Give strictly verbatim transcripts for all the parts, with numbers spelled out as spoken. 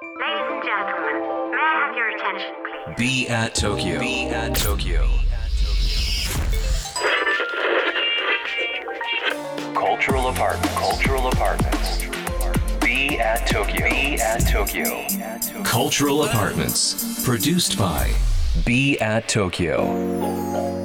Ladies and gentlemen, may I have your attention, please? Be at Tokyo. Be at Tokyo. Cultural apartments. Cultural apartments. Be at Tokyo. Be at Tokyo. Cultural apartments. Produced by Be at Tokyo.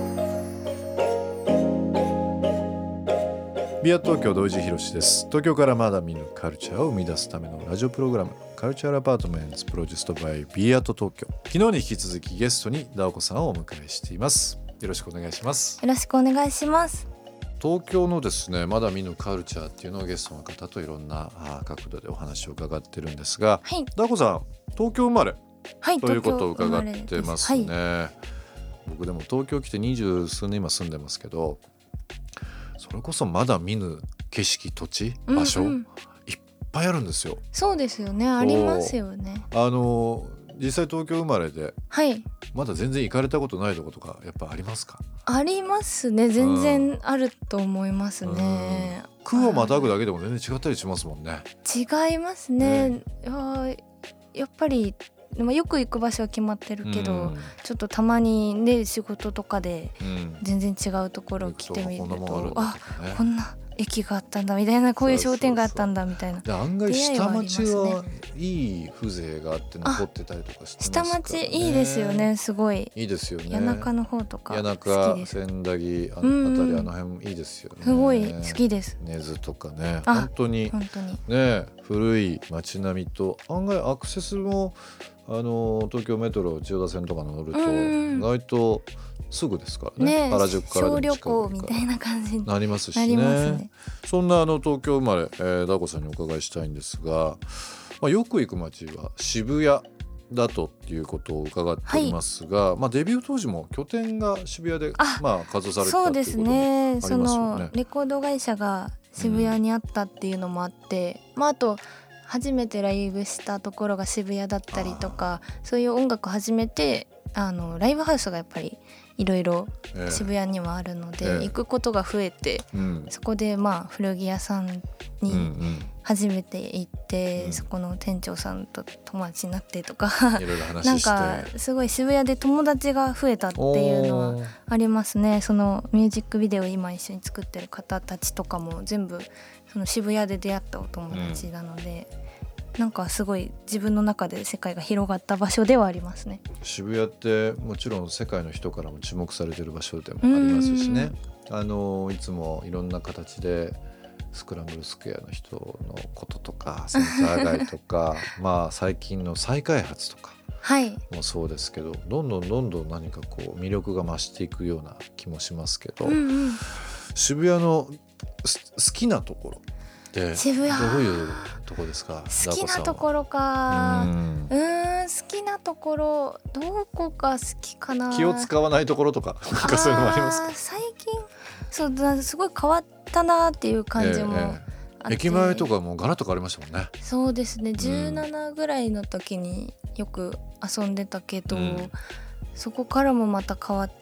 ビア東京土井地博です。東京からまだ見ぬカルチャーを生み出すためのラジオプログラムカルチャーアパートメントプロデュースドバイビア東京。昨日に引き続きゲストにダオコさんをお迎えしています。よろしくお願いします。 よろしくお願いします。 東京のですねまだ見ぬカルチャーっていうのをゲストの方といろんな角度でお話を伺ってるんですが、 はい、 ダオコさん東京生まれ、 はい、 ということを伺ってますね、 はい、 僕でも東京来て二十数年今住んでますけど、それこそまだ見ぬ景色土地場所、うんうん、いっぱいあるんですよ。 そうですよね、ありますよね。 あの実際東京生まれで、 はい、 まだ全然行かれたことないとことかやっぱありますか？ ありますね、全然あると思いますね、 うん、区をまたぐだけでも全然違ったりしますもんね。 違いますね、 ね、 や, やっぱりよく行く場所は決まってるけど、うん、ちょっとたまにね仕事とかで全然違うところを来てみると、うん、あ、こんな駅があったんだみたいな、こういう商店があったんだみたいな。 で案外下町はいい風情があって残ってたりとかしてますからね。 下町いいですよね、すごいいいですよね。 谷中の方とか谷中、千駄木あの辺り、あの辺もいいですよね。 すごい好きです。 根津とかね、本当に本当にね古い街並みと案外アクセスもあの東京メトロ千代田線とか乗ると意外とすぐですからね。 ね、 原宿からでも近く小旅行みたいな感じになりますしね, ねそんなあの東京生まれ、えー、ダコさんにお伺いしたいんですが、まあ、よく行く街は渋谷だとっていうことを伺っていますが、はい、まあ、デビュー当時も拠点が渋谷でまあ稼働されてたっていうこともありますよね。 そうですね、そのレコード会社が渋谷にあったっていうのもあって、うん、まあ、あと初めてライブしたところが渋谷だったりとか、そういう音楽始めてあのライブハウスがやっぱりいろいろ渋谷にはあるので、えー、行くことが増えて、うん、そこでまあ古着屋さんに初めて行って、うんうん、そこの店長さんと友達になってとかいろいろ話して、 なんかすごい渋谷で友達が増えたっていうのはありますね。そのミュージックビデオを今一緒に作ってる方たちとかも全部その渋谷で出会ったお友達なので、うん、なんかすごい自分の中で世界が広がった場所ではありますね。 渋谷ってもちろん世界の人からも注目されている場所でもありますしね、あのいつもいろんな形でスクランブルスクエアの人のこととかセンター街とかまあ最近の再開発とかもそうですけど、はい、どんどんどんどん何かこう魅力が増していくような気もしますけど、うんうん、渋谷の好きなところで渋谷どういうところですか？ 好きなところか、うんうーん好きなところどこが好きかな。 気を使わないところとかなんかそういうのもありますか？ 最近そうだすごい変わったなっていう感じもあって、 えー、駅前とかもガラッと変わりましたもんね。 そうですね、じゅうななぐらいの時によく遊んでたけど、うん、そこからもまた変わって、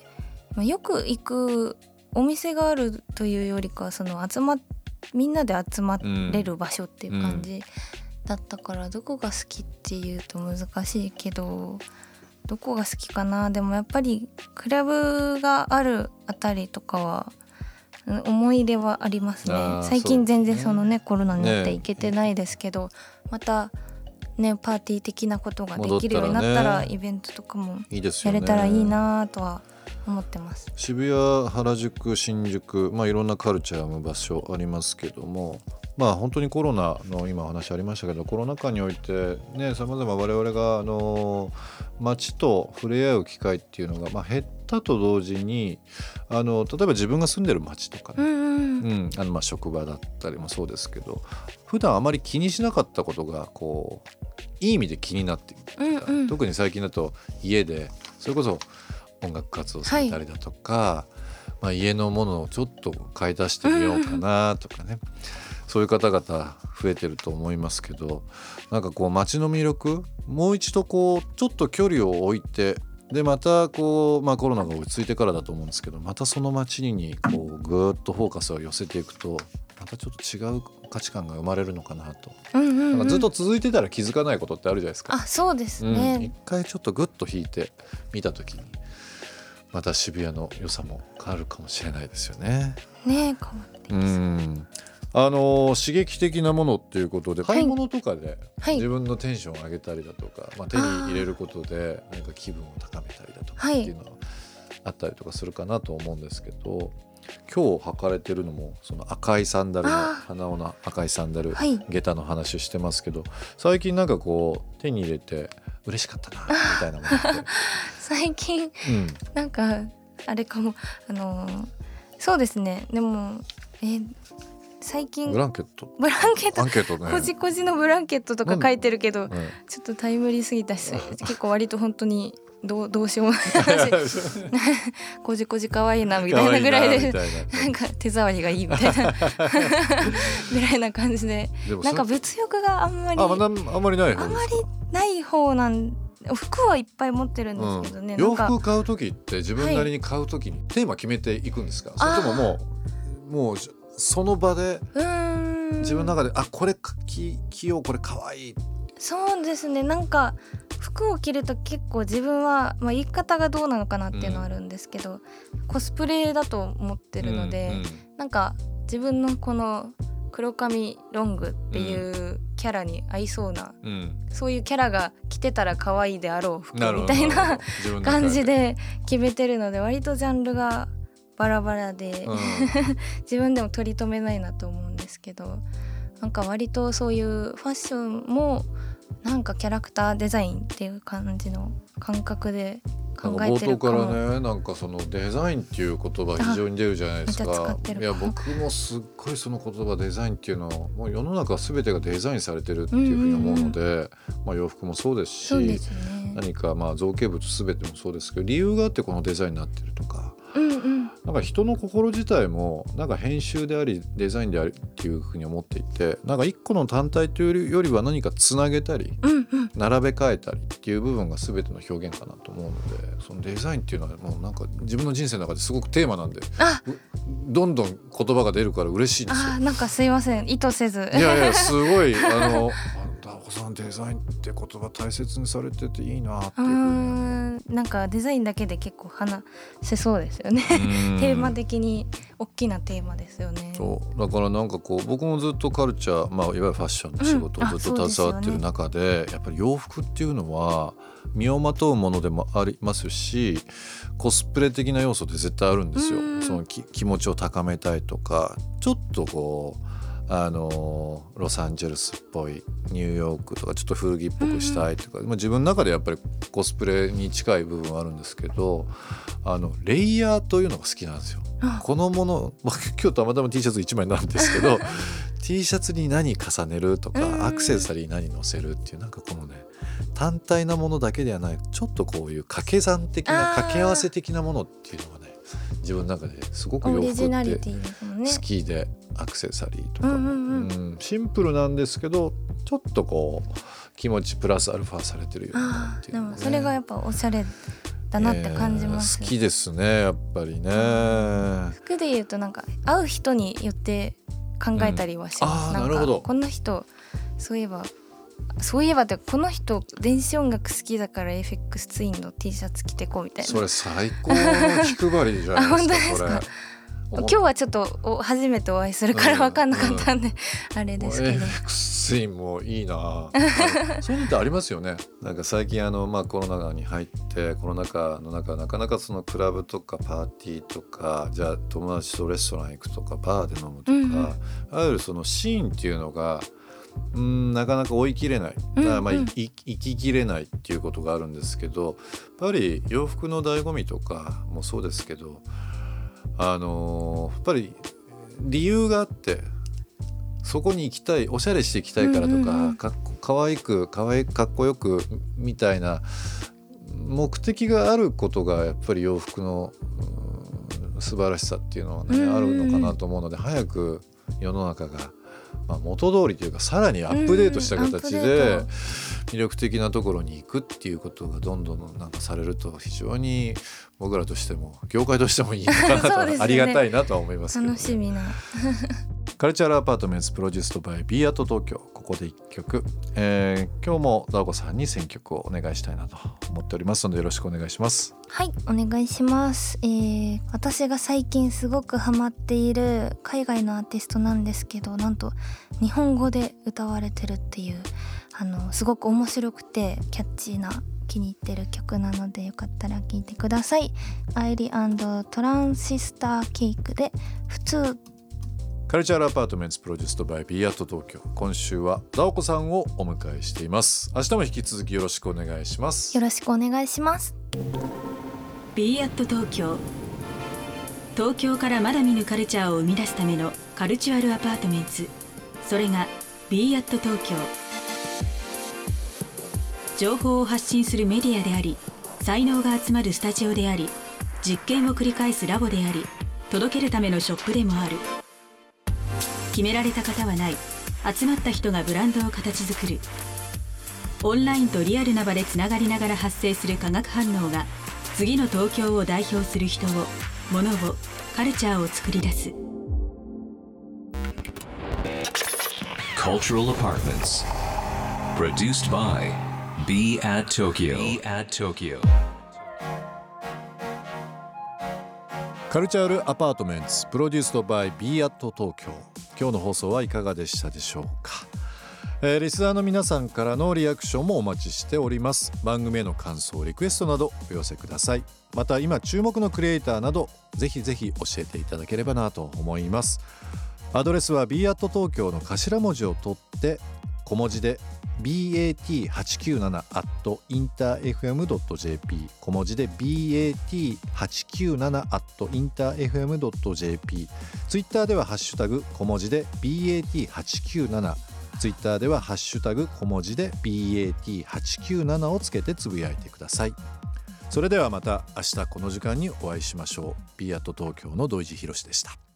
まあ、よく行くお店があるというよりかはその集まみんなで集まれる場所っていう感じだったから、うん、どこが好きっていうと難しいけどどこが好きかな。でもやっぱりクラブがあるあたりとかは思い入れはありますね。最近全然そのね、コロナになって行けてないですけど、ね、またねパーティー的なことができるようになったらイベントとかもやれたらいいなとは思ってます。 渋谷、原宿、新宿、まあ、いろんなカルチャーの場所ありますけども、まあ、本当にコロナの今お話ありましたけどコロナ禍においてねさまざま我々があの街と触れ合う機会っていうのが、まあ、減ったと同時にあの例えば自分が住んでる街とかね、うんうんうん、あのまあ職場だったりもそうですけど普段あまり気にしなかったことがこういい意味で気になっていた、うんうん、特に最近だと家でそれこそ音楽活動されたりだとか、はいまあ、家のものをちょっと買い出してみようかなとかね、うん、そういう方々増えてると思いますけど、なんかこう街の魅力もう一度こうちょっと距離を置いてでまたこう、まあ、コロナが落ち着いてからだと思うんですけどまたその街にこうぐーっとフォーカスを寄せていくとまたちょっと違う価値観が生まれるのかなと、 うんうんうん、 なんかずっと続いてたら気づかないことってあるじゃないですか。 あ、そうですね、 うん、一回ちょっとグッと引いて見た時にまた渋谷の良さも変わるかもしれないですよね。 ね、変わってます。 うんあの刺激的なものっていうことで、はい、買い物とかで自分のテンションを上げたりだとか、はい、まあ、手に入れることで何か気分を高めたりだとかっていうのはあったりとかするかなと思うんですけど、今日履かれてるのもその赤いサンダルの鼻緒の赤いサンダル、はい、下駄の話してますけど、最近なんかこう手に入れて嬉しかったなみたいなものって最近、うん、なんかあれかも、あのー、そうですね、でもえー最近ブランケットブランケット、 アンケートね、 こじこじのブランケットとか書いてるけど、うん、ちょっとタイムリーすぎたし結構割と本当にどう、どうしようもない話こじこじかわいいなみたいなぐらいでなんか手触りがいいみたいなぐらいな感じで、なんか物欲があんまり あ, あんまりない方ですか？ あんまりない方なん服はいっぱい持ってるんですけどね、うん、 洋服買う時って自分なりに買う時にテーマ決めていくんですか？はい、それとももうもうその場で自分の中であこれ着ようこれかわいい。 そうですね、なんか服を着ると結構自分は、まあ、言い方がどうなのかなっていうのはあるんですけど、うん、コスプレだと思ってるので、うんうん、なんか自分のこの黒髪ロングっていうキャラに合いそうな、うん、そういうキャラが着てたら可愛いであろう服みたいな感じで決めてるので、割とジャンルがバラバラで、うん、自分でも取り留めないなと思うんですけど、なんか割とそういうファッションもなんかキャラクターデザインっていう感じの感覚で考えてるかも。 冒頭からね、なんかそのデザインっていう言葉非常に出るじゃないですか。いや僕もすっごいその言葉デザインっていうのはもう世の中全てがデザインされてるっていうふうに思うので、うんうんうん、まあ、洋服もそうですし、 そうですね、 何かまあ造形物全てもそうですけど理由があってこのデザインになってるとか、 うんうん、 なんか人の心自体もなんか編集でありデザインでありっていうふうに思っていて、なんか一個の単体というよりは何かつなげたり、うんうん、並べ替えたりっていう部分が全ての表現かなと思うので、そのデザインっていうのはもうなんか自分の人生の中ですごくテーマなんで、どんどん言葉が出るから嬉しいんですよ。 あ、なんかすいません、意図せず。 いやいやすごいあのダオさんデザインって言葉大切にされてていいなっていうふうに、なんかデザインだけで結構話せそうですよねテーマ的に大きなテーマですよね。 そうだからなんかこう僕もずっとカルチャー、まあ、いわゆるファッションの仕事をずっと携わってる中で、うんでね、やっぱり洋服っていうのは身をまとうものでもありますし、コスプレ的な要素って絶対あるんですよ。そのき気持ちを高めたいとか、ちょっとこうあのロサンゼルスっぽいニューヨークとかちょっと古着っぽくしたいとか、うん、まあ、自分の中でやっぱりコスプレに近い部分はあるんですけど、あのレイヤーというのが好きなんですよ。このもの、まあ、今日たまたま T シャツいちまいなんですけどT シャツに何重ねるとかアクセサリー何乗せるっていう、なんかこのね単体なものだけではない、ちょっとこういう掛け算的な掛け合わせ的なものっていうのがね、自分の中ですごく洋服って好きで、アクセサリーとか、うんうんうん、シンプルなんですけどちょっとこう気持ちプラスアルファされてるようなっていうの、ね、 でもそれがやっぱおしゃれだなって感じます、 えー、好きですねやっぱりね。 服で言うとなんか会う人によって考えたりはします、うん、なんかなるほど、この人そういえばそういえばってこの人電子音楽好きだから エーエフエックス ツインの T シャツ着てこうみたいな。 それ最高の気配りじゃないですかそれ。 今日はちょっと初めてお会いするから分かんなかったんで、うんうん、あれですけどエーエフエックス ツインもいいなそういうのってありますよね。なんか最近あの、まあ、コロナに入ってコロナ禍の中なかなかそのクラブとかパーティーとか、じゃあ友達とレストラン行くとかバーで飲むとか、うんうん、いわゆるそのシーンっていうのがうんなかなか追い切れない、だからまあ、うんうん、生ききれないっていうことがあるんですけど、やっぱり洋服の醍醐味とかもそうですけど、あのー、やっぱり理由があってそこに行きたい、おしゃれしていきたいからとか、うんうんうん、かっこかわいくかわいかっこよくみたいな目的があることがやっぱり洋服の素晴らしさっていうのはね、うんうん、あるのかなと思うので、早く世の中が、まあ、元通りというかさらにアップデートした形で魅力的なところに行くっていうことがどんどんなんかされると、非常に僕らとしても業界としてもいいのかなと、ね、ありがたいなとは思いますけど、ね、 楽しみなカルチャーアパートメントプロデュースドバイ B アート東京、ここでいっきょく、えー、今日もダオコさんに選曲をお願いしたいなと思っておりますのでよろしくお願いします。 はい、お願いします、えー、私が最近すごくハマっている海外のアーティストなんですけど、なんと日本語で歌われてるっていう、あのすごく面白くてキャッチーな気に入ってる曲なのでよかったら聴いてください。アイリ&トランシスターケーキで普通。 カルチャーアパートメントプロデュースドバイ B アート東京、今週はダオコさんをお迎えしています。明日も引き続きよろしくお願いします。 よろしくお願いします。 B アット東京、東京からまだ見ぬカルチャーを生み出すためのカルチュアルアパートメント、それが B アット東京。情報を発信するメディアであり、才能が集まるスタジオであり、実験を繰り返すラボであり、届けるためのショップでもある。決められた型はない。集まった人がブランドを形作る。オンラインとリアルな場でつながりながら発生する化学反応が次の東京を代表する人を、物を、カルチャーを作り出す。 Cultural Apartments Produced by B at Tokyo. B at Tokyo. カルチャールアパートメントプロデュースドバイ B アット東京、今日の放送はいかがでしたでしょうか。えー、リスナーの皆さんからのリアクションもお待ちしております。番組への感想、リクエストなどお寄せください。また今注目のクリエイターなどぜひぜひ教えていただければなと思います。アドレスは B アット東京の頭文字を取って小文字で ビーエーティーはちきゅうなな アット インターエフエム ドット ジェーピー 小文字で ビーエーティーはちきゅうなな アット インターエフエム ドット ジェーピー、 ツイッターではハッシュタグ小文字で ビーエーティーはちきゅうなな、 ツイッターではハッシュタグ小文字で ビーエーティーはちきゅうなな をつけてつぶやいてください。それではまた明日この時間にお会いしましょう。 B アット東京の土井地博でした。